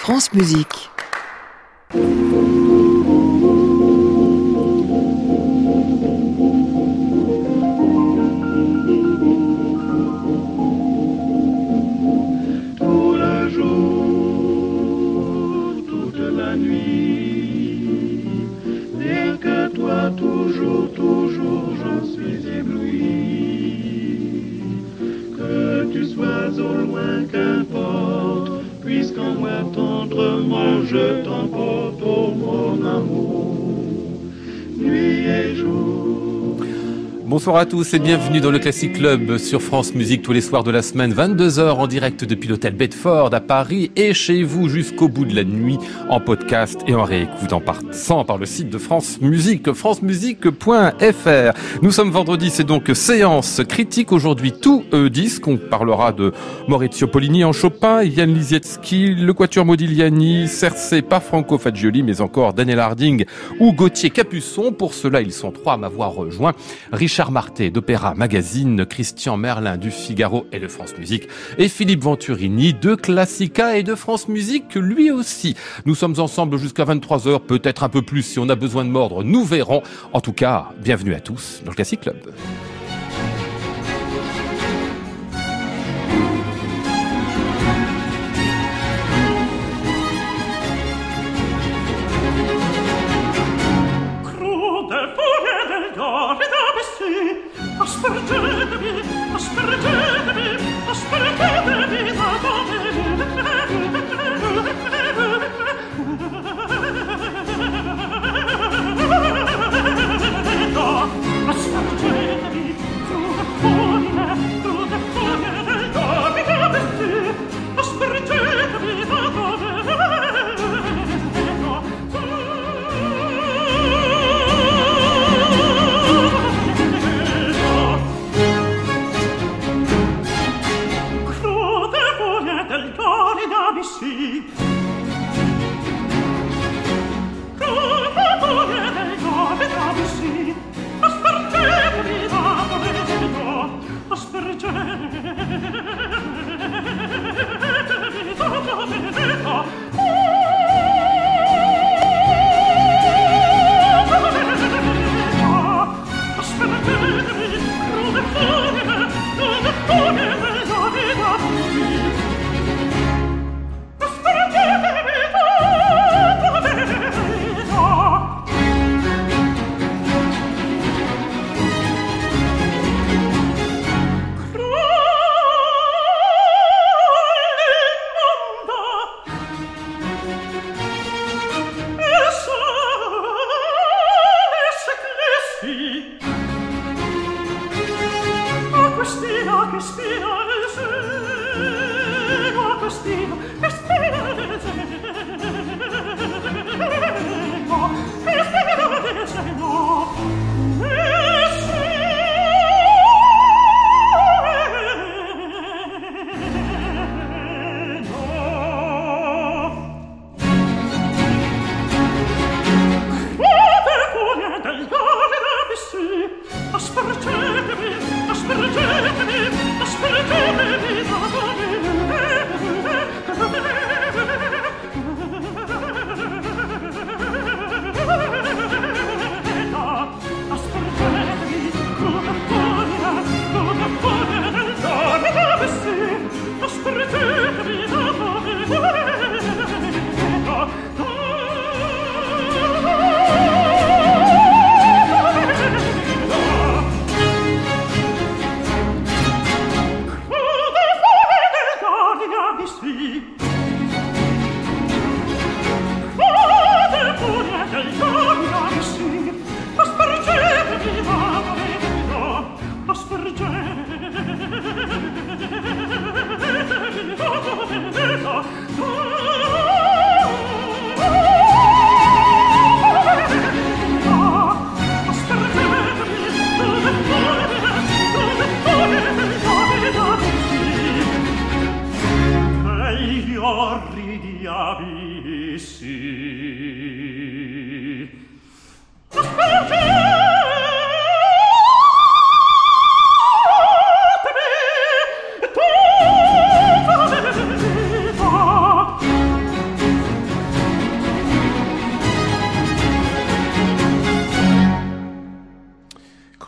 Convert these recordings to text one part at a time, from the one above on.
France Musique. Je t'emporte, oh mon amour, nuit et jour. Bonsoir à tous et bienvenue dans le Classic Club sur France Musique tous les soirs de la semaine, 22h en direct depuis l'hôtel Bedford à Paris et chez vous jusqu'au bout de la nuit en podcast et en réécoute en passant par le site de France Musique, francemusique.fr. Nous sommes vendredi, c'est donc séance critique aujourd'hui, tout disque. On parlera de Maurizio Pollini en Chopin, Yann Lisiecki, le Quatuor Modigliani, Cersei par Franco Fagioli, mais encore Daniel Harding ou Gauthier Capuçon. Pour cela, ils sont trois à m'avoir rejoint. Richard Marté d'Opéra Magazine, Christian Merlin du Figaro et de France Musique et Philippe Venturini de Classica et de France Musique lui aussi. Nous sommes ensemble jusqu'à 23h, peut-être un peu plus si on a besoin de mordre, nous verrons. En tout cas, bienvenue à tous dans le Classic Club.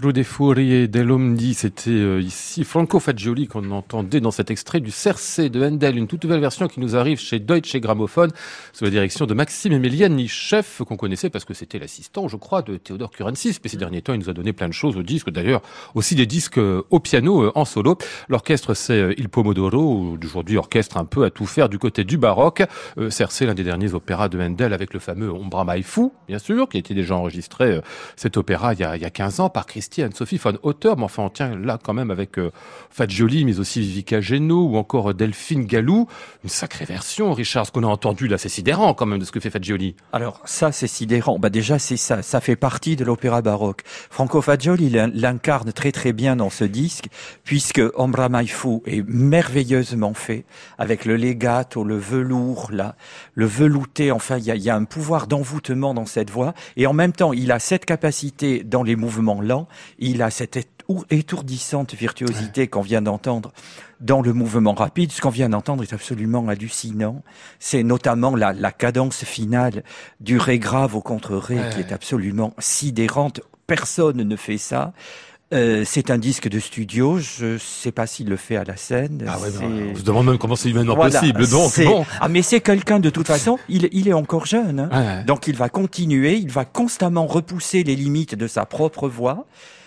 Teatro dei Furie dell'Omdi, c'était ici Franco Fagioli qu'on entendait dans cet extrait du Cersei de Handel, une toute nouvelle version qui nous arrive chez Deutsche Grammophon, sous la direction de Maxime Emiliani-Chef, qu'on connaissait parce que c'était l'assistant, je crois, de Théodore Kurancis. Mais ces derniers temps, il nous a donné plein de choses au disque, d'ailleurs aussi des disques au piano en solo. L'orchestre, c'est Il Pomodoro, aujourd'hui orchestre un peu à tout faire du côté du baroque. Cersei, l'un des derniers opéras de Handel avec le fameux Ombra Mai Fu, bien sûr, qui a été déjà enregistré, cet opéra, il y a 15 ans, par Christie Anne-Sophie von Otter. Mais enfin, on tient là quand même avec Fagioli, mais aussi Vivica Geno ou encore Delphine Gallou. Une sacrée version, Richard. Ce qu'on a entendu là, c'est sidérant quand même de ce que fait Fagioli. Alors ça, c'est sidérant. Déjà, c'est ça. Ça fait partie de l'opéra baroque. Franco Fagioli l'incarne très très bien dans ce disque, puisque Ombra Mai Fu est merveilleusement fait, avec le legato, le velours, là, le velouté. Enfin, il y a un pouvoir d'envoûtement dans cette voix. Et en même temps, il a cette capacité dans les mouvements lents, il a cette étourdissante virtuosité qu'on vient d'entendre dans le mouvement rapide. Ce qu'on vient d'entendre est absolument hallucinant. C'est notamment la cadence finale du ré grave au contre-ré qui est absolument sidérante. Personne ne fait ça. C'est un disque de studio. Je sais pas s'il le fait à la scène. Ah ouais, on se demande même comment c'est humainement possible. Donc, bon. Ah, mais c'est quelqu'un de toute façon. Il est encore jeune, hein. Donc il va continuer. Il va constamment repousser les limites de sa propre voix.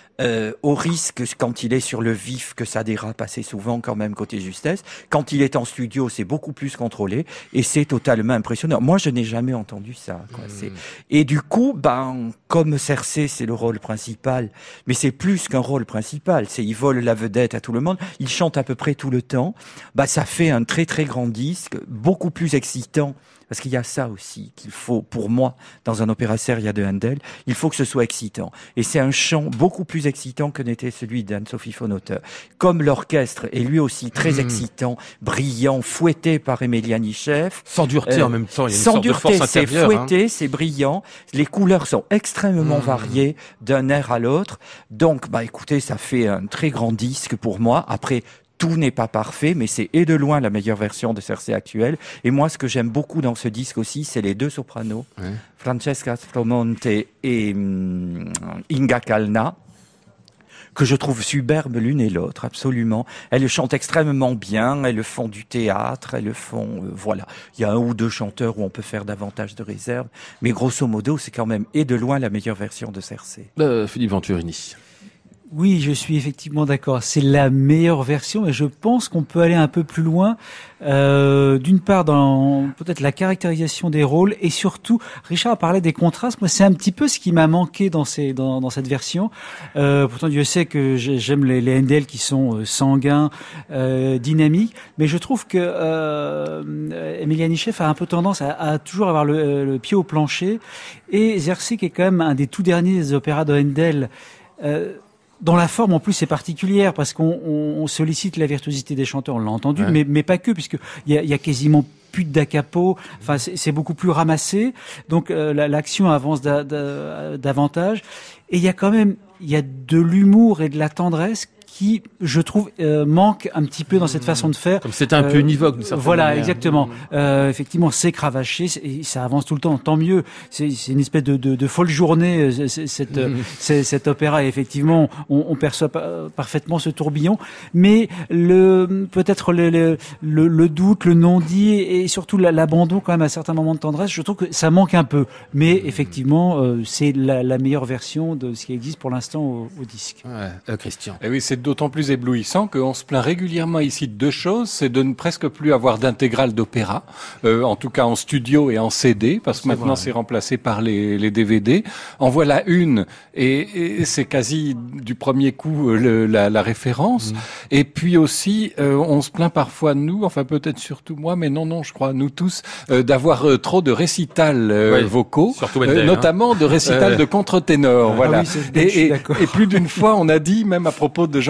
Au risque, quand il est sur le vif, que ça dérape assez souvent quand même côté justesse. Quand il est en studio, c'est beaucoup plus contrôlé et c'est totalement impressionnant. Moi, je n'ai jamais entendu ça, quoi. Et du coup, comme Cersei, c'est le rôle principal, mais c'est plus qu'un rôle principal. Il vole la vedette à tout le monde. Il chante à peu près tout le temps. Ça fait un très très grand disque, beaucoup plus excitant. Parce qu'il y a ça aussi qu'il faut, pour moi, dans un opéra seria de Handel, il faut que ce soit excitant. Et c'est un chant beaucoup plus excitant que n'était celui d'Anne-Sophie von Otter. Comme l'orchestre est lui aussi très excitant, brillant, fouetté par Emiliani-Chef. Sans dureté en même temps, il y a une sorte de force intérieure. C'est fouetté, c'est brillant. Les couleurs sont extrêmement variées d'un air à l'autre. Donc, écoutez, ça fait un très grand disque pour moi. Après, tout n'est pas parfait, mais c'est et de loin la meilleure version de Cersei actuelle. Et moi, ce que j'aime beaucoup dans ce disque aussi, c'est les deux sopranos, Francesca Spromonte et Inga Kalna, que je trouve superbes l'une et l'autre, absolument. Elles chantent extrêmement bien, elles font du théâtre, elles font... voilà, il y a un ou deux chanteurs où on peut faire davantage de réserve, mais grosso modo, c'est quand même et de loin la meilleure version de Cersei. Philippe Venturini. Oui, je suis effectivement d'accord. C'est la meilleure version et je pense qu'on peut aller un peu plus loin. D'une part dans peut-être la caractérisation des rôles et surtout, Richard a parlé des contrastes. Moi, c'est un petit peu ce qui m'a manqué dans cette version. Pourtant, Dieu sait que j'aime les Handel qui sont sanguins, dynamiques, mais je trouve que Emiliani-Chef a un peu tendance à toujours avoir le pied au plancher. Et Cersei, qui est quand même un des tout derniers opéras de Handel, dont la forme en plus est particulière parce qu'on sollicite la virtuosité des chanteurs, on l'a entendu, mais pas que, puisque il y a quasiment plus de da capo. Enfin, c'est beaucoup plus ramassé. Donc l'action avance davantage. Et il y a de l'humour et de la tendresse qui, je trouve, manque un petit peu dans cette façon de faire. Comme c'était un peu univoque, d'une certaine voilà, manière. Exactement. Effectivement, c'est cravaché, et ça avance tout le temps, tant mieux. C'est une espèce de folle journée, cet opéra, et effectivement, on perçoit parfaitement ce tourbillon, mais peut-être le doute, le non-dit, et surtout l'abandon quand même à certains moments de tendresse, je trouve que ça manque un peu. Mais effectivement, c'est la meilleure version de ce qui existe pour l'instant au disque. Christian. Et oui, c'est d'autant plus éblouissant qu'on se plaint régulièrement ici de deux choses, c'est de ne presque plus avoir d'intégrale d'opéra, en tout cas en studio et en CD, parce que maintenant c'est remplacé par les DVD. En voilà une, et c'est quasi du premier coup la référence. Et puis aussi, on se plaint parfois, nous, enfin peut-être surtout moi, mais non, je crois nous tous, d'avoir trop de récitals vocaux, Handel, notamment de récitals de contre-ténor. Voilà. Ah oui, et plus d'une fois, on a dit, même à propos de Jean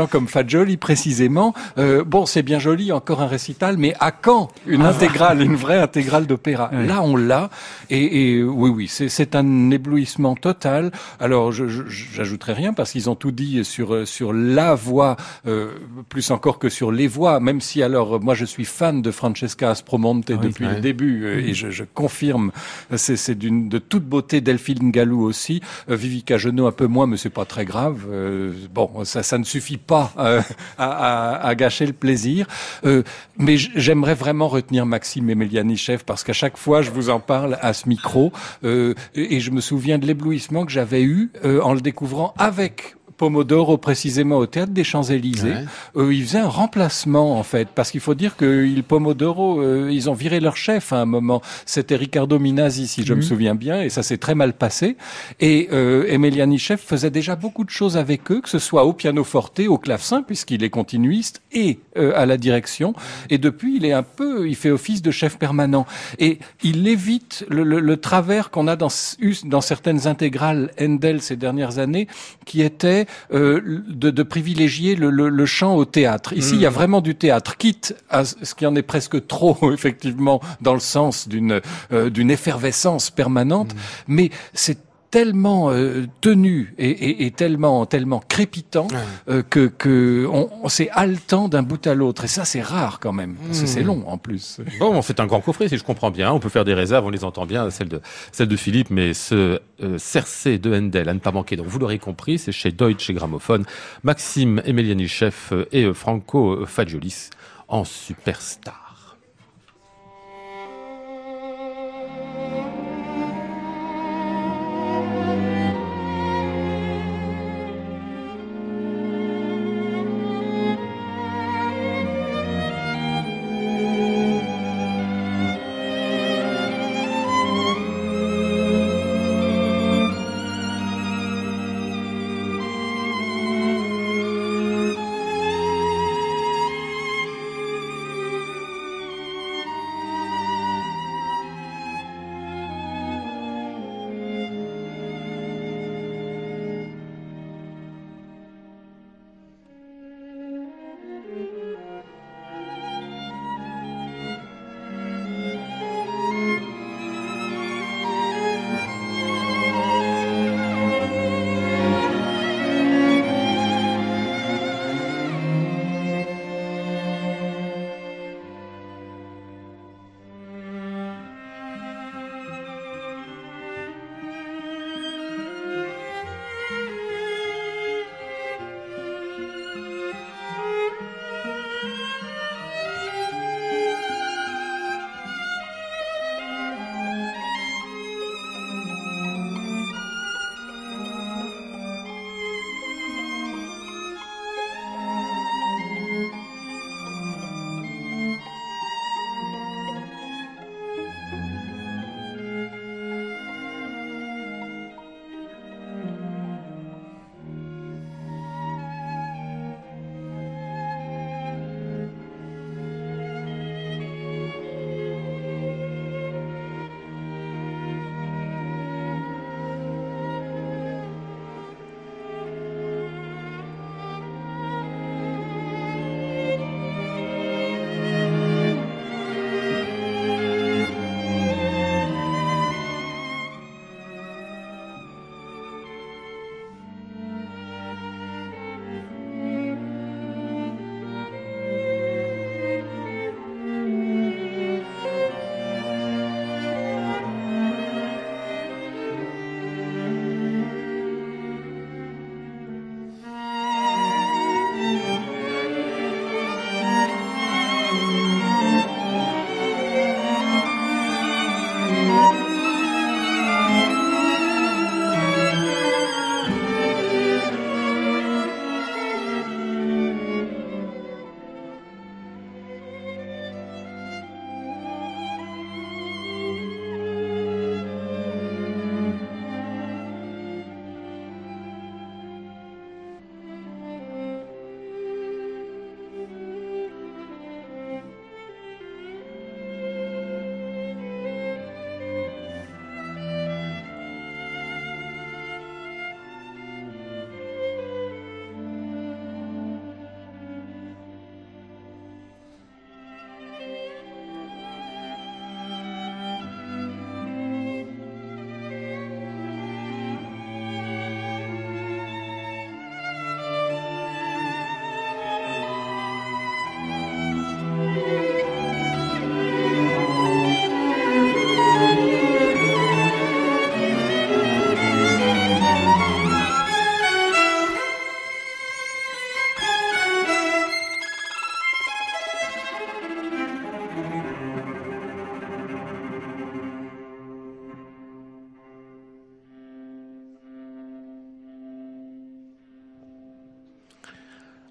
gens comme Fagioli précisément. Bon, c'est bien joli, encore un récital, mais à quand une intégrale, une vraie intégrale d'opéra? Oui. Là, on l'a, et oui, c'est un éblouissement total. Alors, j'ajouterai rien parce qu'ils ont tout dit sur la voix, plus encore que sur les voix. Même si, alors, moi, je suis fan de Francesca Aspromonte depuis le début, et je confirme, c'est de toute beauté. Delphine Gallou aussi, Vivica Genot un peu moins, mais c'est pas très grave. Bon, ça ne suffit pas à gâcher le plaisir. Mais j'aimerais vraiment retenir Maxime Emelianichev parce qu'à chaque fois, je vous en parle à ce micro, et je me souviens de l'éblouissement que j'avais eu en le découvrant avec Pomodoro, précisément au Théâtre des Champs-Élysées. Il faisait un remplacement, en fait, parce qu'il faut dire que Pomodoro, ils ont viré leur chef à un moment. C'était Riccardo Minasi, si je me souviens bien, et ça s'est très mal passé. Et Emelianichev faisait déjà beaucoup de choses avec eux, que ce soit au piano-forte, au clavecin, puisqu'il est continuiste, et à la direction. Et depuis, il fait office de chef permanent. Et il évite le travers qu'on a dans certaines intégrales Handel ces dernières années, qui était de privilégier le chant au théâtre. Ici, il y a vraiment du théâtre, quitte à ce qui en est presque trop, effectivement, dans le sens d'une effervescence permanente, mais c'est tellement tenu et tellement crépitant que c'est haletant d'un bout à l'autre, et ça c'est rare quand même parce que c'est long en plus. Bon, c'est un grand coffret si je comprends bien. On peut faire des réserves, on les entend bien, celle de Philippe, mais ce Cersei de Handel à ne pas manquer. Donc vous l'aurez compris, c'est chez Deutsche Grammophon. Maxime Emelianichev et Franco Fagiolis en superstar.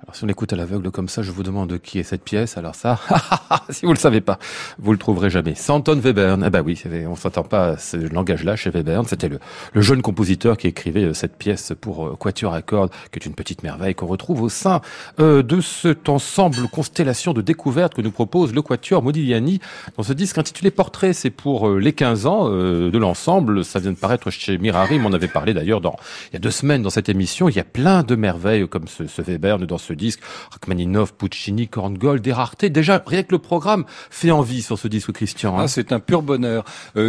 Alors si on écoute à l'aveugle comme ça, je vous demande qui est cette pièce. Alors ça, si vous le savez pas, vous le trouverez jamais. C'est Anton Webern. Ah bah oui, on s'entend pas ce langage-là chez Webern. C'était le jeune compositeur qui écrivait cette pièce pour quatuor à cordes, qui est une petite merveille qu'on retrouve au sein de cet ensemble constellation de découvertes que nous propose le quatuor Modigliani dans ce disque intitulé Portrait. C'est pour les 15 ans de l'ensemble. Ça vient de paraître chez Mirari. On en avait parlé d'ailleurs il y a 2 semaines dans cette émission. Il y a plein de merveilles comme ce Webern dans ce disque. Rachmaninov, Puccini, Korngold, des raretés. Déjà, rien que le programme fait envie sur ce disque, Christian. Ah, c'est un pur bonheur.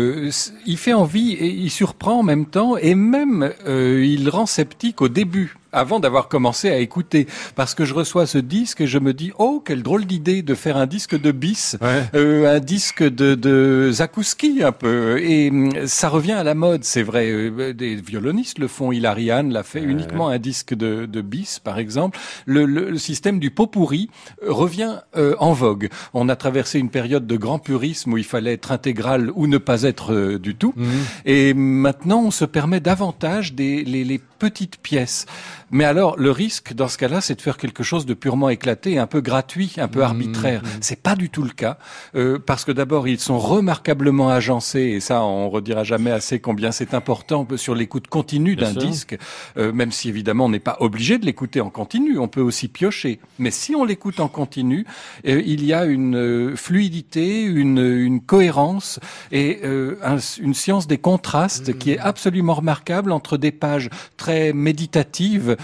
Il fait envie et il surprend en même temps, et même il rend sceptique au début, avant d'avoir commencé à écouter, parce que je reçois ce disque et je me dis quelle drôle d'idée de faire un disque de bis, un disque de Zakouski un peu, et ça revient à la mode, c'est vrai. Des violonistes le font, Hilary Hahn l'a fait, uniquement un disque de bis par exemple. Le système du pot pourri revient en vogue. On a traversé une période de grand purisme où il fallait être intégral ou ne pas être du tout, et maintenant on se permet davantage les petites pièces. Mais alors, le risque, dans ce cas-là, c'est de faire quelque chose de purement éclaté, un peu gratuit, un peu arbitraire. C'est pas du tout le cas, parce que d'abord, ils sont remarquablement agencés, et ça, on redira jamais assez combien c'est important sur l'écoute continue d'un disque, même si évidemment, on n'est pas obligé de l'écouter en continu, on peut aussi piocher. Mais si on l'écoute en continu, il y a une fluidité, une cohérence, et une science des contrastes qui est absolument remarquable entre des pages très méditatives,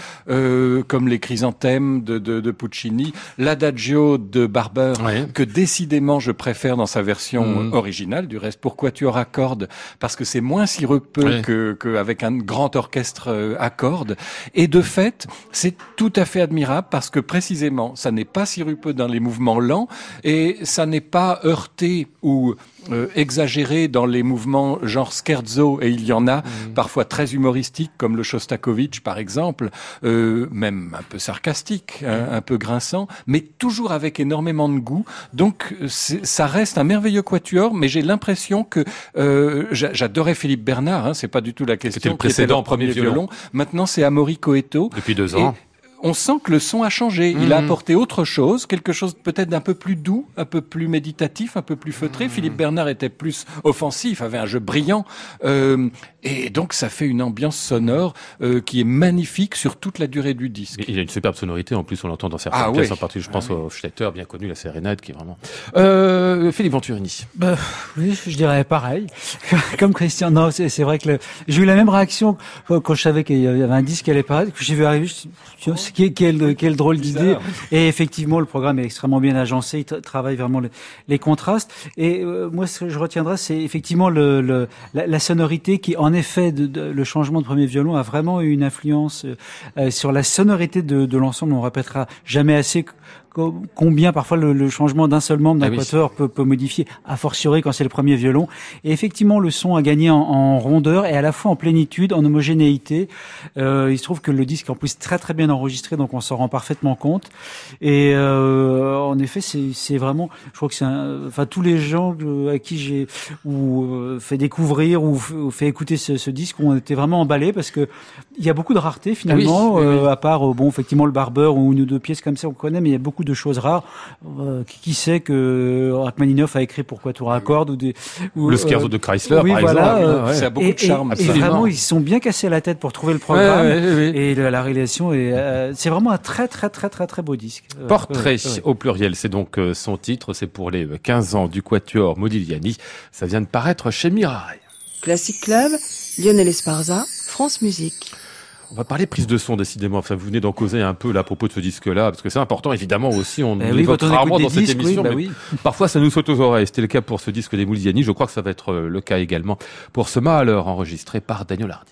comme les chrysanthèmes de Puccini, l'adagio de Barber, que décidément je préfère dans sa version originale, du reste pour quatuor à cordes, parce que c'est moins sirupeux qu'avec un grand orchestre à cordes, et de fait c'est tout à fait admirable parce que précisément ça n'est pas sirupeux dans les mouvements lents, et ça n'est pas heurté ou exagéré dans les mouvements genre scherzo, et il y en a parfois très humoristiques comme le Shostakovich par exemple, même un peu sarcastique, un peu grinçant, mais toujours avec énormément de goût. Donc ça reste un merveilleux quatuor, mais j'ai l'impression que j'adorais Philippe Bernard, c'est pas du tout la question. C'était le précédent premier violon. Maintenant c'est Amaury Coetto. Depuis 2 ans. On sent que le son a changé. Il a apporté autre chose, quelque chose peut-être d'un peu plus doux, un peu plus méditatif, un peu plus feutré. Philippe Bernard était plus offensif, avait un jeu brillant. Et donc, ça fait une ambiance sonore qui est magnifique sur toute la durée du disque. Il y a une superbe sonorité. En plus, on l'entend dans certaines pièces, en particulier, je pense au Schlechter, bien connu, la Sérénade, qui est vraiment... Philippe Venturini. Oui, je dirais pareil. Comme Christian. Non, c'est vrai que j'ai eu la même réaction quand je savais qu'il y avait un disque qui allait paraître, que j'ai vu arriver. Quelle drôle d'idée. Et effectivement, le programme est extrêmement bien agencé. Il travaille vraiment les contrastes. Et moi, ce que je retiendrai, c'est effectivement la sonorité qui, en effet, le changement de premier violon a vraiment eu une influence sur la sonorité de l'ensemble. On répétera jamais assez combien parfois le changement d'un seul membre d'un quatuor peut modifier, a fortiori quand c'est le premier violon. Et effectivement, le son a gagné en rondeur et à la fois en plénitude, en homogénéité. Il se trouve que le disque est en plus très très bien enregistré, donc on s'en rend parfaitement compte. Et en effet, c'est vraiment, je crois que c'est tous les gens à qui j'ai fait découvrir ou fait écouter ce disque ont été vraiment emballés, parce que il y a beaucoup de raretés finalement, à part effectivement le Barber ou une ou deux pièces comme ça on connaît, mais il y a beaucoup de choses rares. Qui sait que Rachmaninov a écrit pour quatuor à cordes ou le scherzo de Chrysler, par exemple. Ça a beaucoup de charme. Et vraiment, ils se sont bien cassés la tête pour trouver le programme. Et la réalisation c'est vraiment un très très très très très beau disque. Portrait au pluriel, c'est donc son titre. C'est pour les 15 ans du quatuor Modigliani. Ça vient de paraître chez Mirari. Classic Club, Lionel Esparza, France Musique. On va parler prise de son, décidément. Enfin, vous venez d'en causer un peu là, à propos de ce disque-là, parce que c'est important, évidemment, aussi. On l'évoque rarement dans cette émission, mais parfois ça nous saute aux oreilles. C'était le cas pour ce disque des Modigliani. Je crois que ça va être le cas également pour ce Mahler enregistré par Daniel Harding.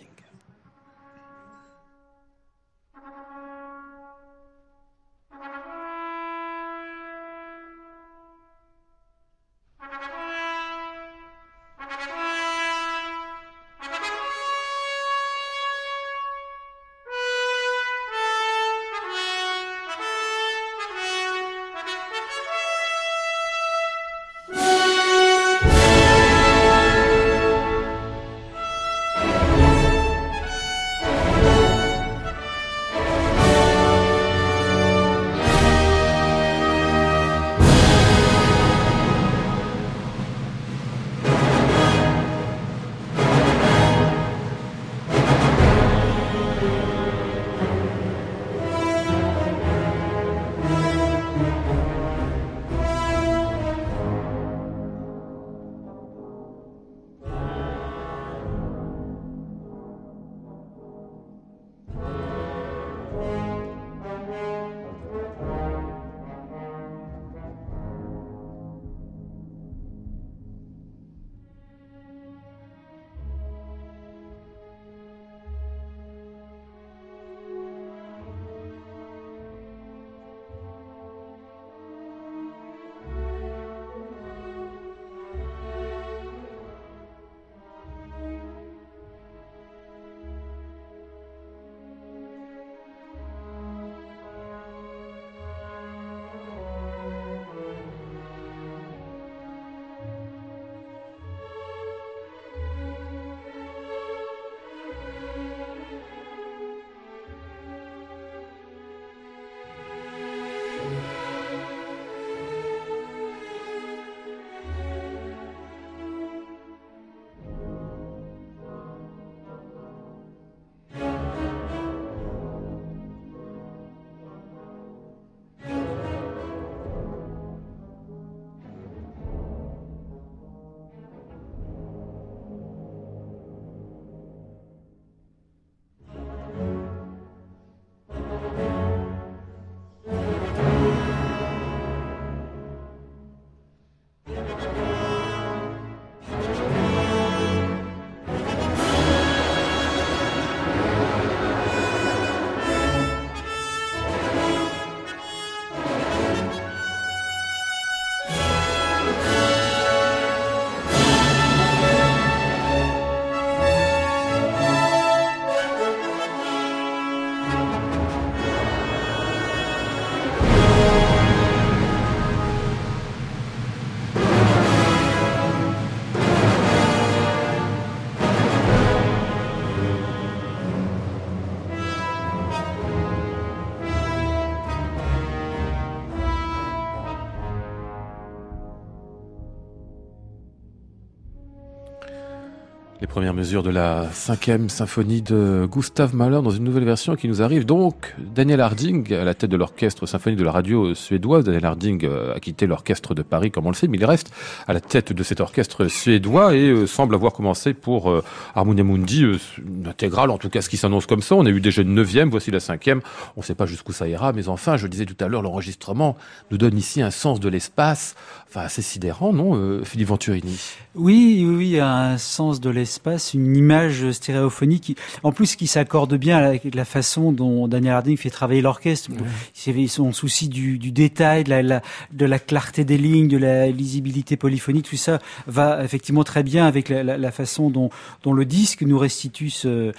Les premières mesures de la 5e symphonie de Gustav Mahler dans une nouvelle version qui nous arrive. Donc, Daniel Harding, à la tête de l'orchestre symphonique de la radio suédoise. Daniel Harding a quitté l'orchestre de Paris, comme on le sait, mais il reste à la tête de cet orchestre suédois et semble avoir commencé pour Harmonia Mundi, une intégrale, en tout cas ce qui s'annonce comme ça. On a eu déjà une 9e, voici la 5e. On ne sait pas jusqu'où ça ira, mais enfin, je le disais tout à l'heure, l'enregistrement nous donne ici un sens de l'espace, enfin assez sidérant, non, Philippe Venturini? Oui, un sens de l'espace, une image stéréophonique qui s'accorde bien avec la façon dont Daniel Harding fait travailler l'orchestre. Ouais. Son souci du détail, de la clarté des lignes, de la lisibilité polyphonique, tout ça va effectivement très bien avec la façon dont le disque nous restitue ce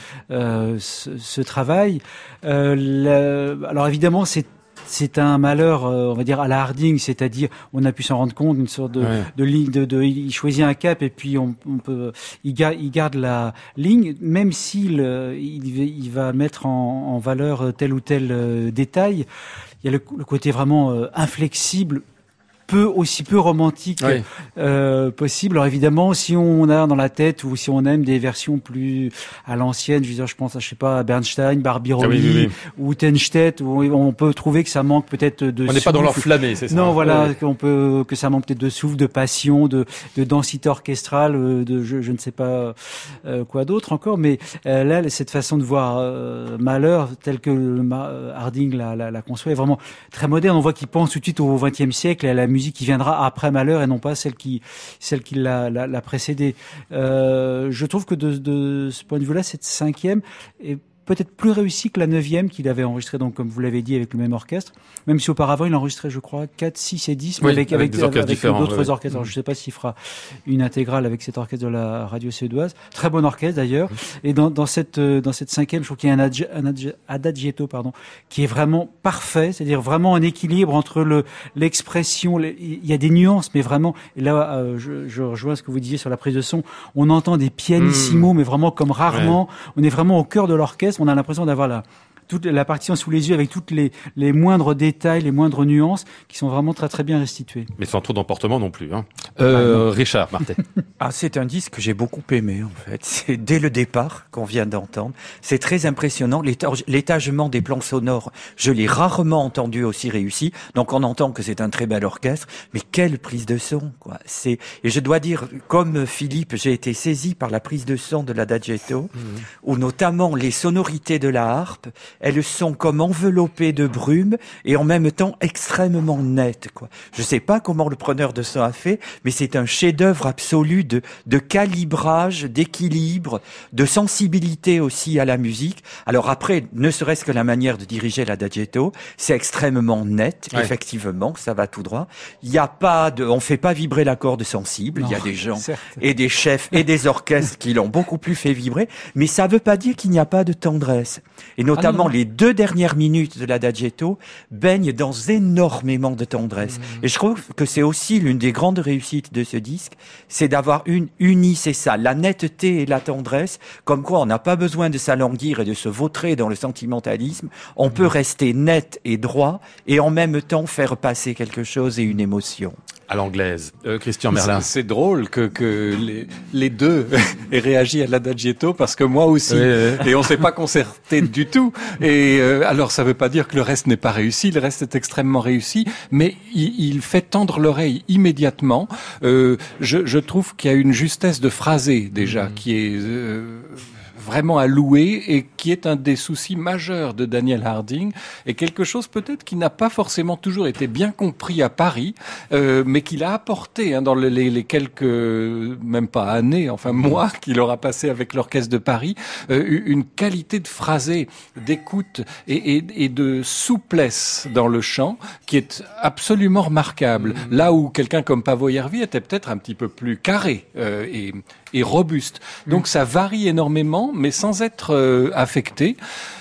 travail. Alors évidemment, c'est un malheur, on va dire, à la Harding, c'est-à-dire, on a pu s'en rendre compte, une sorte de ligne, il choisit un cap et puis il garde la ligne, même il va mettre en valeur tel ou tel détail. Il y a le côté vraiment inflexible, aussi peu romantique possible. Alors évidemment, si on a dans la tête ou si on aime des versions plus à l'ancienne, je pense à Bernstein, Barbirolli ou Tenstedt, où on peut trouver que ça manque peut-être de souffle. On n'est pas dans l'enflammé, c'est ça? Non, voilà, que ça manque peut-être de souffle, de passion, de densité orchestrale, je ne sais pas quoi d'autre encore, mais là, cette façon de voir Mahler, tel que Harding l'a conçoit, est vraiment très moderne. On voit qu'il pense tout de suite au XXe siècle et à la musique qui viendra après Mahler et non pas celle qui l'a précédé. Je trouve que de ce point de vue-là, cette 5e est peut-être plus réussi que la 9e qu'il avait enregistrée, donc comme vous l'avez dit, avec le même orchestre, même si auparavant il enregistrait, je crois, 4, 6 et 10, mais avec d'autres orchestres. Alors, je ne sais pas s'il fera une intégrale avec cet orchestre de la radio suédoise. Très bon orchestre d'ailleurs. Et dans cette 5e, je trouve qu'il y a un adagietto, qui est vraiment parfait, c'est-à-dire vraiment un équilibre entre l'expression, il y a des nuances, mais vraiment, et là, je rejoins ce que vous disiez sur la prise de son, on entend des pianissimo, mais vraiment comme rarement, on est vraiment au cœur de l'orchestre. On a l'impression d'avoir toute la partition sous les yeux avec toutes les moindres détails, les moindres nuances qui sont vraiment très très bien restituées. Mais sans trop d'emportement non plus. Richard Martin. C'est un disque que j'ai beaucoup aimé en fait. C'est dès le départ qu'on vient d'entendre. C'est très impressionnant. L'étagement des plans sonores, je l'ai rarement entendu aussi réussi. Donc on entend que c'est un très bel orchestre. Mais quelle prise de son, quoi. Et je dois dire, comme Philippe, j'ai été saisi par la prise de son de l'Adagietto, où notamment les sonorités de la harpe, elles sont comme enveloppées de brume et en même temps extrêmement nettes, quoi. Je sais pas comment le preneur de son a fait, mais c'est un chef-d'œuvre absolu de calibrage, d'équilibre, de sensibilité aussi à la musique. Alors après, ne serait-ce que la manière de diriger l'Adagietto, c'est extrêmement net, effectivement, ça va tout droit. Il y a pas on fait pas vibrer la corde sensible. Il y a des gens et des chefs et des orchestres qui l'ont beaucoup plus fait vibrer, mais ça veut pas dire qu'il n'y a pas de tendresse. Et notamment les 2 dernières minutes de l'Adagietto baignent dans énormément de tendresse. Et je trouve que c'est aussi l'une des grandes réussites de ce disque, c'est d'avoir uni, c'est ça, la netteté et la tendresse, comme quoi on n'a pas besoin de s'alanguir et de se vautrer dans le sentimentalisme, on peut rester net et droit et en même temps faire passer quelque chose et une émotion. À l'anglaise. Christian Merlin. C'est drôle que les deux aient réagi à l'Adagietto parce que moi aussi. Et on s'est pas concerté du tout. Et alors ça veut pas dire que le reste n'est pas réussi. Le reste est extrêmement réussi, mais il fait tendre l'oreille immédiatement. Je trouve qu'il y a une justesse de phrasé déjà qui est vraiment à louer et qui est un des soucis majeurs de Daniel Harding et quelque chose peut-être qui n'a pas forcément toujours été bien compris à Paris, mais qu'il a apporté dans les quelques, même pas années, enfin mois qu'il aura passé avec l'Orchestre de Paris, une qualité de phrasé, d'écoute et de souplesse dans le chant qui est absolument remarquable. Là où quelqu'un comme Paavo Järvi était peut-être un petit peu plus carré et robuste. Donc ça varie énormément, mais sans être affecté.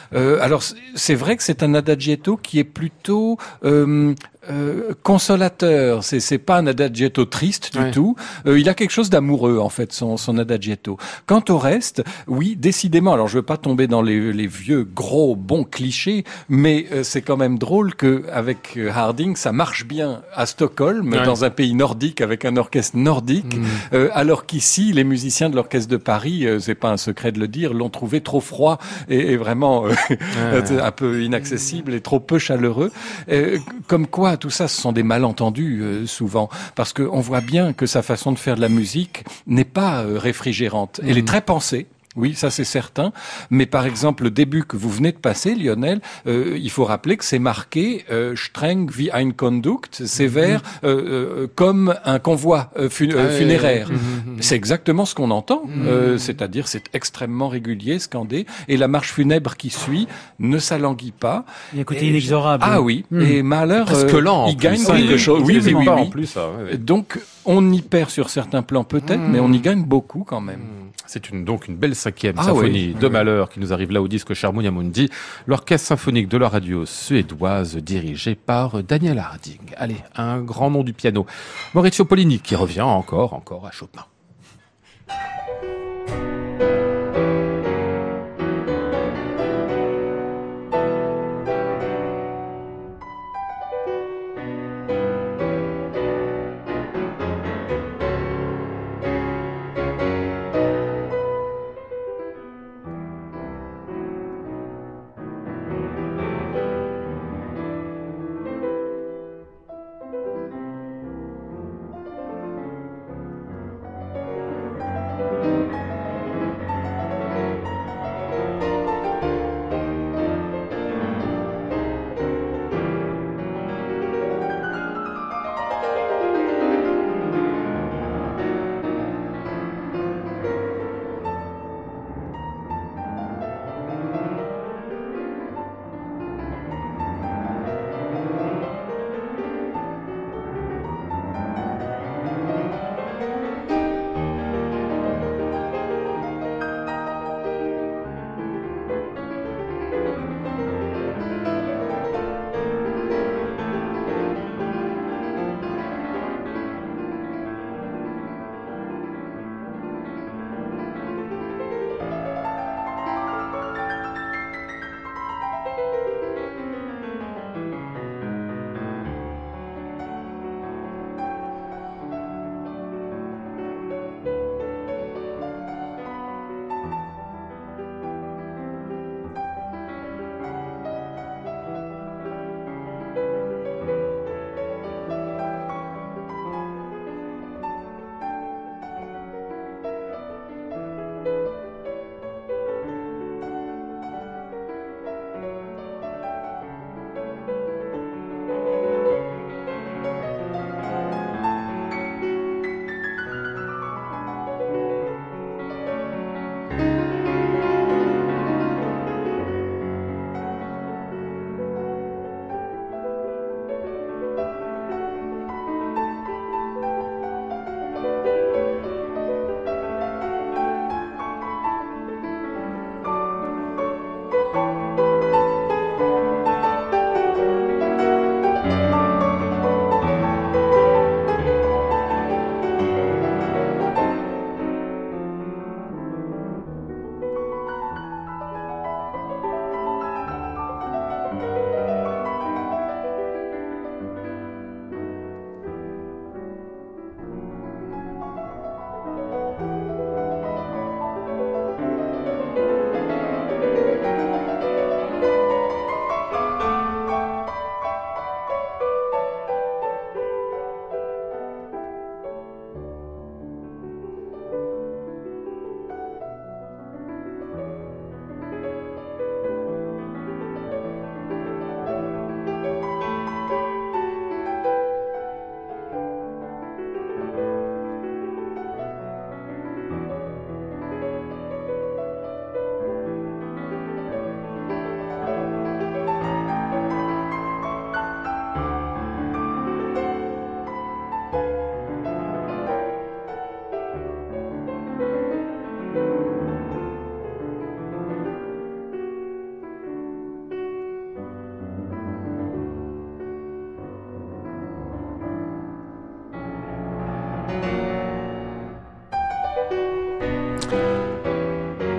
Alors c'est vrai que c'est un adagietto qui est plutôt consolateur. C'est pas un adagietto triste du tout. Il a quelque chose d'amoureux en fait, son adagietto. Quant au reste, oui, décidément. Alors je veux pas tomber dans les vieux gros bons clichés, mais c'est quand même drôle que avec Harding ça marche bien à Stockholm, dans un pays nordique avec un orchestre nordique, alors qu'ici les musiciens de l'orchestre de Paris, c'est pas un secret de le dire, l'ont trouvé trop froid et vraiment un peu inaccessible et trop peu chaleureux. Comme quoi, tout ça, ce sont des malentendus souvent, parce qu'on voit bien que sa façon de faire de la musique n'est pas réfrigérante. Elle est très pensée. Oui, ça c'est certain. Mais par exemple, le début que vous venez de passer, Lionel, il faut rappeler que c'est marqué streng wie ein Condukt, sévère comme un convoi funéraire. C'est exactement ce qu'on entend. C'est-à-dire, c'est extrêmement régulier, scandé. Et la marche funèbre qui suit ne s'alanguit pas. Il y a un côté inexorable. Ah oui. Et Mahler, presque lent. Il gagne quelque chose. Oui. En plus, ça, donc, on y perd sur certains plans peut-être, mais on y gagne beaucoup quand même. C'est donc une belle 5e symphonie de Mahler qui nous arrive là au disque Charmonia Mundi, l'orchestre symphonique de la radio suédoise dirigé par Daniel Harding. Allez, un grand nom du piano, Maurizio Pollini qui revient encore à Chopin.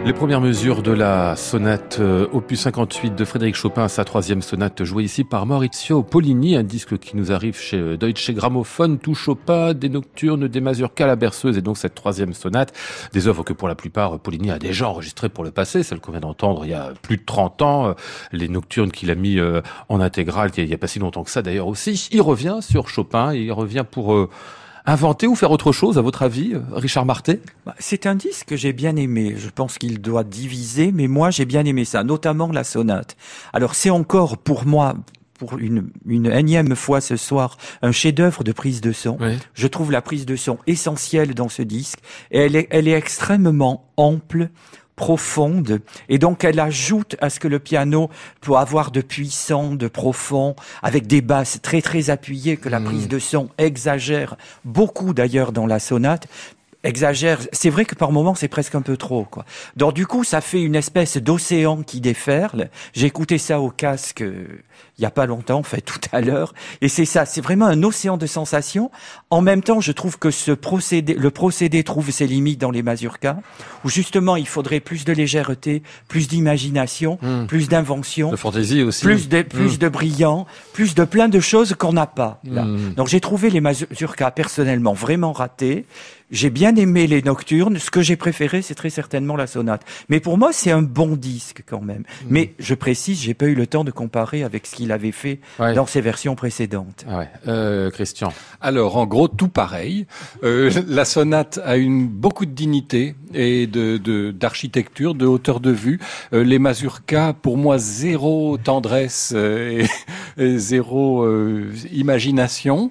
Les premières mesures de la sonate opus 58 de Frédéric Chopin, sa troisième sonate jouée ici par Maurizio Pollini, un disque qui nous arrive chez Deutsche Grammophon, tout Chopin, des nocturnes, des mazurkas, la berceuse et donc cette troisième sonate, des œuvres que pour la plupart Pollini a déjà enregistrées pour le passé, celle qu'on vient d'entendre il y a plus de 30 ans, les nocturnes qu'il a mis en intégrale il y a pas si longtemps que ça d'ailleurs aussi. Il revient sur Chopin, il revient pour inventer ou faire autre chose, à votre avis, Richard Marté? C'est un disque que j'ai bien aimé. Je pense qu'il doit diviser, mais moi j'ai bien aimé ça, notamment la sonate. Alors c'est encore pour moi, pour une énième fois ce soir, un chef-d'œuvre de prise de son. Oui. Je trouve la prise de son essentielle dans ce disque. Et elle est extrêmement ample, profonde, et donc elle ajoute à ce que le piano peut avoir de puissant, de profond, avec des basses très très appuyées que la prise de son exagère beaucoup d'ailleurs dans la sonate. Exagère. C'est vrai que par moments c'est presque un peu trop, quoi. Donc du coup ça fait une espèce d'océan qui déferle. J'ai écouté ça au casque il y a pas longtemps, en fait tout à l'heure, et c'est ça. C'est vraiment un océan de sensations. En même temps, je trouve que le procédé trouve ses limites dans les mazurkas, où justement il faudrait plus de légèreté, plus d'imagination, plus d'invention, de fantaisie aussi, plus de brillant, plus de plein de choses qu'on n'a pas là. Donc j'ai trouvé les mazurkas personnellement vraiment ratés. J'ai bien aimé les nocturnes. Ce que j'ai préféré, c'est très certainement la sonate. Mais pour moi, c'est un bon disque quand même. Mais je précise, j'ai pas eu le temps de comparer avec ce qu'il avait fait dans ses versions précédentes. Ah ouais. Christian. Alors, en gros, tout pareil. La sonate a beaucoup de dignité et d'architecture, de hauteur de vue. Les mazurkas, pour moi, zéro tendresse et zéro imagination.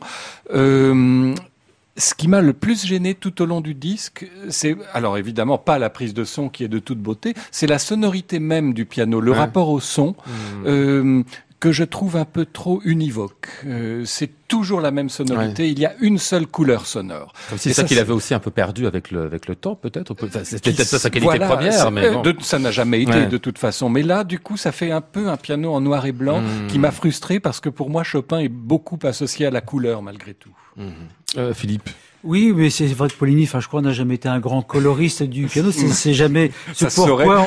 Ce qui m'a le plus gêné tout au long du disque, c'est, alors évidemment pas la prise de son qui est de toute beauté, c'est la sonorité même du piano, le rapport au son, que je trouve un peu trop univoque. C'est toujours la même sonorité, il y a une seule couleur sonore. Comme si c'est ça qu'il avait aussi un peu perdu avec le temps, peut-être. Enfin, c'était peut-être pas sa qualité première, mais bon. Ça n'a jamais été de toute façon. Mais là, du coup, ça fait un peu un piano en noir et blanc qui m'a frustré parce que pour moi, Chopin est beaucoup associé à la couleur malgré tout. Philippe. Oui, mais c'est vrai que Pollini, je crois, n'a jamais été un grand coloriste du piano. C'est jamais ce pourquoi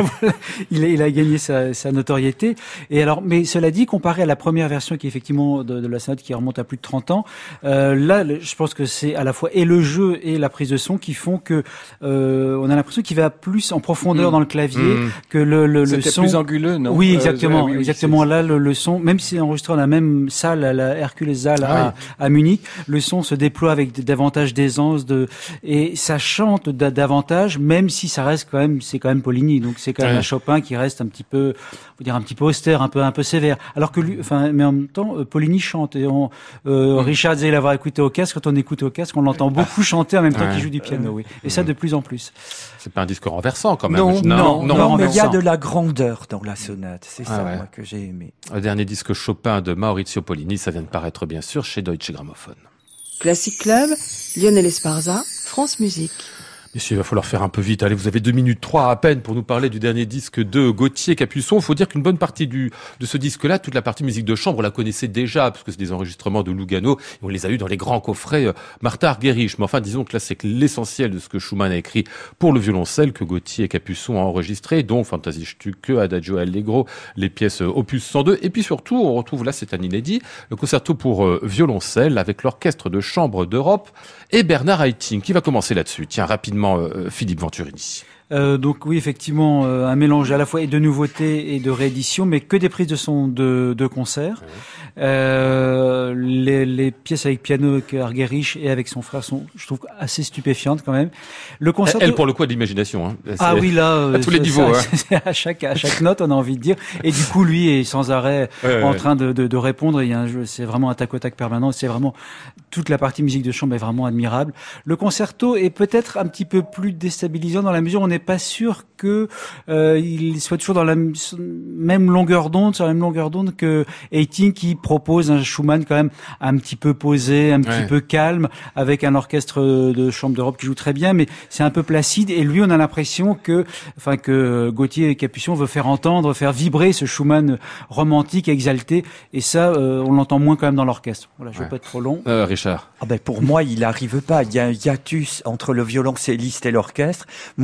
il a gagné sa notoriété. Et alors, mais cela dit, comparé à la première version qui est effectivement de la sonate qui remonte à plus de 30 ans, là, je pense que c'est à la fois et le jeu et la prise de son qui font que on a l'impression qu'il va plus en profondeur dans le clavier que le son. C'était plus anguleux, non? Oui, exactement, exactement. Là, le son, même si c'est enregistré dans la même salle, à la Herkulessaal à Munich, le son se déploie avec davantage d'aisance et ça chante davantage, même si ça reste c'est quand même Pollini, donc c'est quand même un Chopin qui reste un petit peu austère, un peu sévère, alors que lui, mais en même temps Pollini chante et Richard disait l'avoir écouté au casque, quand on écoute au casque on l'entend beaucoup chanter en même temps qu'il joue du piano, et ça de plus en plus. C'est pas un disque renversant quand même. Non, mais il y a de la grandeur dans la sonate, c'est moi que j'ai aimé. Le dernier disque Chopin de Maurizio Pollini, ça vient de paraître bien sûr chez Deutsche Grammophon. Classic Club, Lionel Esparza, France Musique. Messieurs, il va falloir faire un peu vite. Allez, vous avez 2 minutes 3 à peine pour nous parler du dernier disque de Gauthier Capuçon. Il faut dire qu'une bonne partie de ce disque-là, toute la partie musique de chambre, on la connaissait déjà, parce que c'est des enregistrements de Lugano, et on les a eus dans les grands coffrets Martha Argerich. Mais enfin, disons que là, c'est l'essentiel de ce que Schumann a écrit pour le violoncelle, que Gauthier Capuçon a enregistré, dont Fantasiestücke, Adagio Allegro, les pièces opus 102. Et puis surtout, on retrouve là, c'est un inédit, le concerto pour violoncelle avec l'Orchestre de Chambre d'Europe et Bernard Haitink, qui va commencer là-dessus. Tiens, rapidement, Philippe Venturini. Donc oui, effectivement, un mélange à la fois de nouveautés et de réédition, mais que des prises de son de concert. Les pièces avec piano Argerich et avec son frère sont, je trouve, assez stupéfiantes quand même. Le concerto... Elle, pour le coup, a de l'imagination. Hein. Ah oui, là, à tous les niveaux. À chaque note, on a envie de dire. Et du coup, lui est sans arrêt en train de répondre. Il y a c'est vraiment un tac au tac permanent. C'est vraiment toute la partie musique de chambre est vraiment admirable. Le concerto est peut-être un petit peu plus déstabilisant dans la mesure où on n'est pas sûr que il soit toujours dans la même longueur d'onde, sur la même longueur d'onde que Haitink, qui propose un Schumann quand même un petit peu posé, un petit peu calme, avec un orchestre de chambre d'Europe qui joue très bien, mais c'est un peu placide. Et lui, on a l'impression que Gauthier Capuçon veut faire vibrer ce Schumann romantique, exalté. Et ça, on l'entend moins quand même dans l'orchestre. Voilà, je vais pas être trop long. Richard. Pour moi, il n'arrive pas. Il y a un hiatus entre le violoncelliste et l'orchestre. Moi, j'ai eu l'impression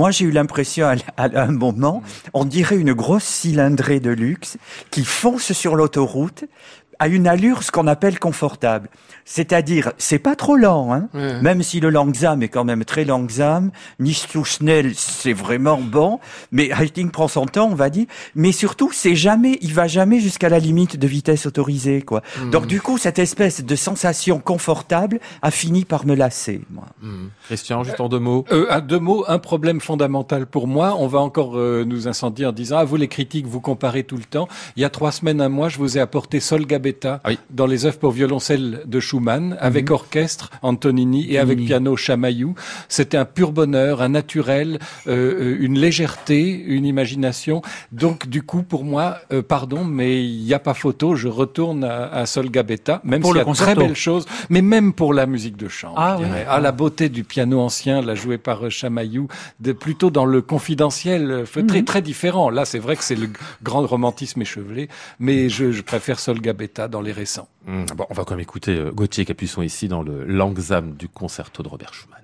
l'impression à un moment, on dirait une grosse cylindrée de luxe qui fonce sur l'autoroute à une allure ce qu'on appelle confortable. C'est-à-dire, c'est pas trop lent, hein. Même si le Langsam est quand même très Langsam, Nicht zu schnell, c'est vraiment bon, mais Halting prend son temps, on va dire, mais surtout, il va jamais jusqu'à la limite de vitesse autorisée, quoi. Donc du coup, cette espèce de sensation confortable a fini par me lasser, moi. Christian, juste en 2 mots. Un problème fondamental pour moi, on va encore nous incendier en disant, vous les critiques, vous comparez tout le temps. Il y a 3 semaines, un mois, je vous ai apporté Sol Gabetta dans les œuvres pour violoncelle de Schumann, avec orchestre Antonini et avec piano Chamaillou. C'était un pur bonheur, un naturel, une légèreté, une imagination. Donc du coup, pour moi, pardon, mais il n'y a pas photo, je retourne à Sol Gabetta, même s'il y a de très belles choses, mais même pour la musique de chambre, je dirais. La beauté du piano ancien, là, joué par Chamaillou, plutôt dans le confidentiel, très, très différent. Là, c'est vrai que c'est le grand romantisme échevelé, mais je préfère Sol Gabetta dans les récents. Bon, on va quand même écouter Gauthier Capuçon ici dans le Langsam du concerto de Robert Schumann.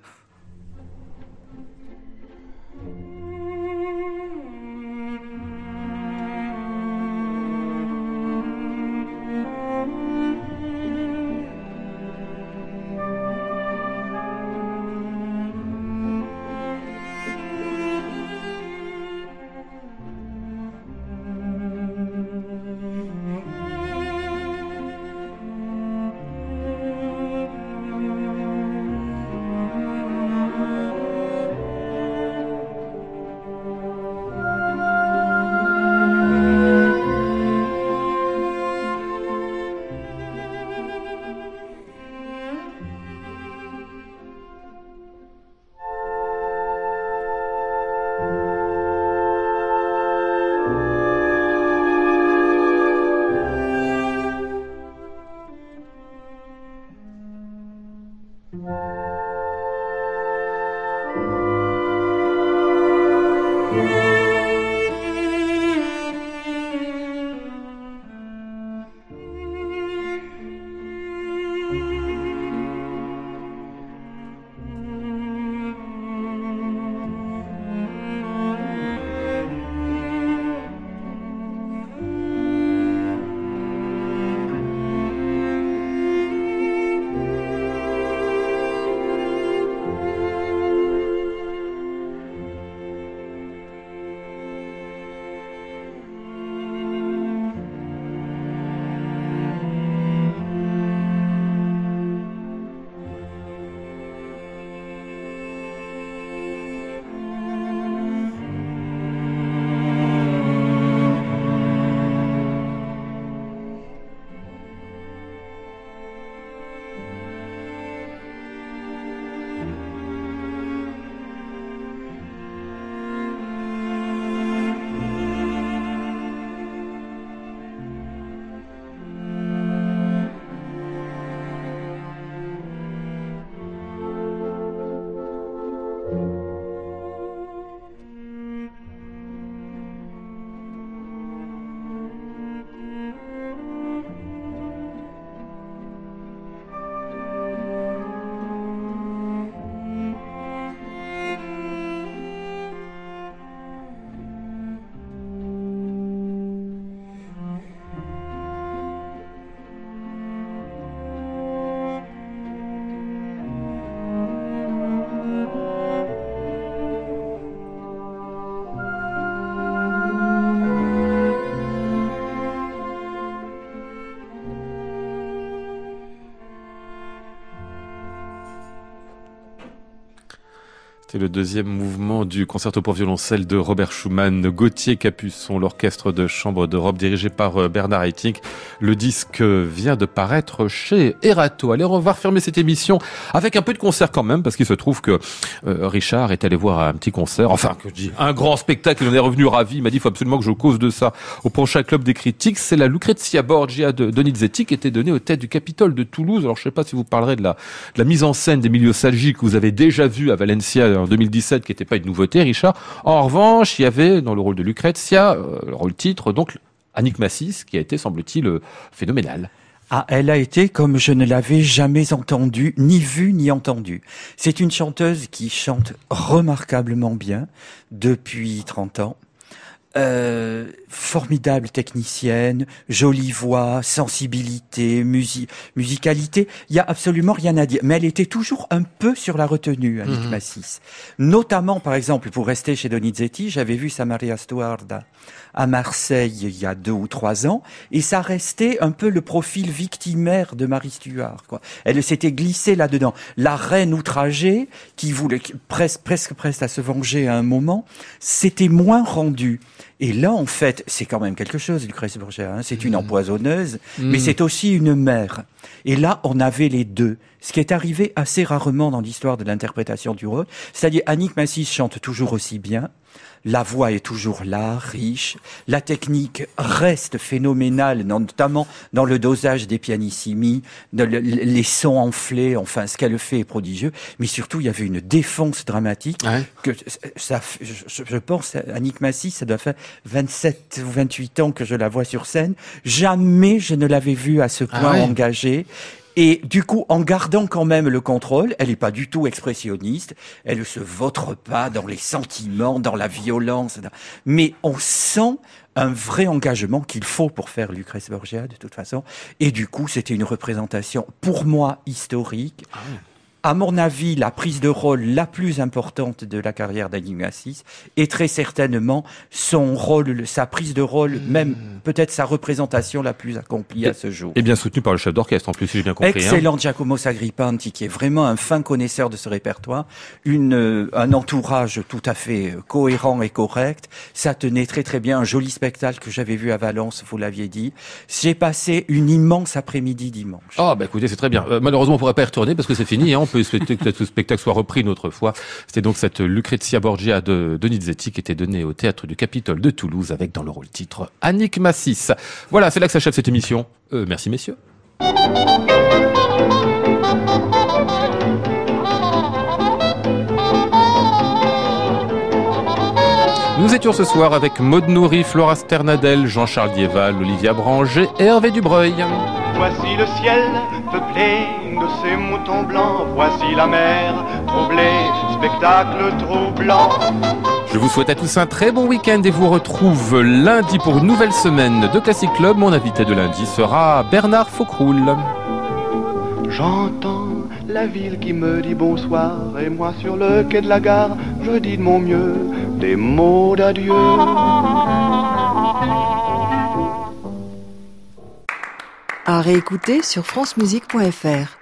C'est le deuxième mouvement du concerto pour violoncelle de Robert Schumann, Gauthier Capuçon, l'orchestre de chambre d'Europe dirigé par Bernard Haitink. Le disque vient de paraître chez Erato. Allez, on va refermer cette émission avec un peu de concert quand même, parce qu'il se trouve que Richard est allé voir un petit concert, enfin, que je dis, un grand spectacle, il en est revenu ravi. Il m'a dit, il faut absolument que je cause de ça au prochain Club des critiques. C'est la Lucrezia Borgia de Donizetti qui était donnée aux têtes du Capitole de Toulouse. Alors, je sais pas si vous parlerez de la mise en scène d'Emilio Salgi que vous avez déjà vu à Valencia en 2017, qui n'était pas une nouveauté, Richard. En revanche, il y avait dans le rôle de Lucrezia, le rôle titre, donc Annick Massis, qui a été, semble-t-il, phénoménal. Ah, elle a été comme je ne l'avais jamais entendue, ni vue, ni entendue. C'est une chanteuse qui chante remarquablement bien depuis 30 ans. Formidable technicienne, jolie voix, sensibilité, musicalité. Il y a absolument rien à dire. Mais elle était toujours un peu sur la retenue, Annick Massis. Notamment, par exemple, pour rester chez Donizetti, j'avais vu sa Maria Stuarda à Marseille il y a 2 ou 3 ans, et ça restait un peu le profil victimaire de Marie Stuart, quoi. Elle s'était glissée là-dedans. La reine outragée, qui voulait presque à se venger à un moment, c'était moins rendu. Et là, en fait, c'est quand même quelque chose, Lucrèce Borgia, hein. C'est une empoisonneuse, mais c'est aussi une mère. Et là, on avait les deux. Ce qui est arrivé assez rarement dans l'histoire de l'interprétation du rôle. C'est-à-dire, Annick Massis chante toujours aussi bien. La voix est toujours là, riche. La technique reste phénoménale, notamment dans le dosage des pianissimi, les sons enflés. Enfin, ce qu'elle fait est prodigieux. Mais surtout, il y avait une défense dramatique. Ouais. Que ça, je pense, Annick Massis, ça doit faire 27 ou 28 ans que je la vois sur scène. Jamais je ne l'avais vue à ce point engagée. Et du coup, en gardant quand même le contrôle, elle est pas du tout expressionniste, elle ne se vautre pas dans les sentiments, dans la violence, mais on sent un vrai engagement qu'il faut pour faire Lucrèce Borgia, de toute façon. Et du coup, c'était une représentation, pour moi, historique. Ah oui. À mon avis, la prise de rôle la plus importante de la carrière d'Annick Massis est très certainement son rôle, sa prise de rôle, même peut-être sa représentation la plus accomplie à ce jour. Et bien soutenue par le chef d'orchestre en plus, si j'ai bien compris. Excellent, Giacomo Sagripanti, qui est vraiment un fin connaisseur de ce répertoire, un entourage tout à fait cohérent et correct. Ça tenait très très bien, un joli spectacle que j'avais vu à Valence, vous l'aviez dit. J'ai passé une immense après-midi dimanche. Ah bah écoutez, c'est très bien. Malheureusement, on pourrait pas y retourner parce que c'est fini, hein. On peut souhaiter que ce spectacle soit repris une autre fois. C'était donc cette Lucrezia Borgia de Donizetti qui était donnée au Théâtre du Capitole de Toulouse avec dans le rôle titre Annick Massis. Voilà, c'est là que s'achève cette émission. Merci messieurs. Nous étions ce soir avec Maud Nourri, Flora Sternadel, Jean-Charles Dieval, Olivia Branger et Hervé Dubreuil. Voici le ciel peuplé de ces moutons blancs. Voici la mer troublée, spectacle troublant. Je vous souhaite à tous un très bon week-end et vous retrouve lundi pour une nouvelle semaine de Classic Club. Mon invité de lundi sera Bernard Faucroul. J'entends la ville qui me dit bonsoir, et moi sur le quai de la gare, je dis de mon mieux des mots d'adieu. À réécouter sur francemusique.fr.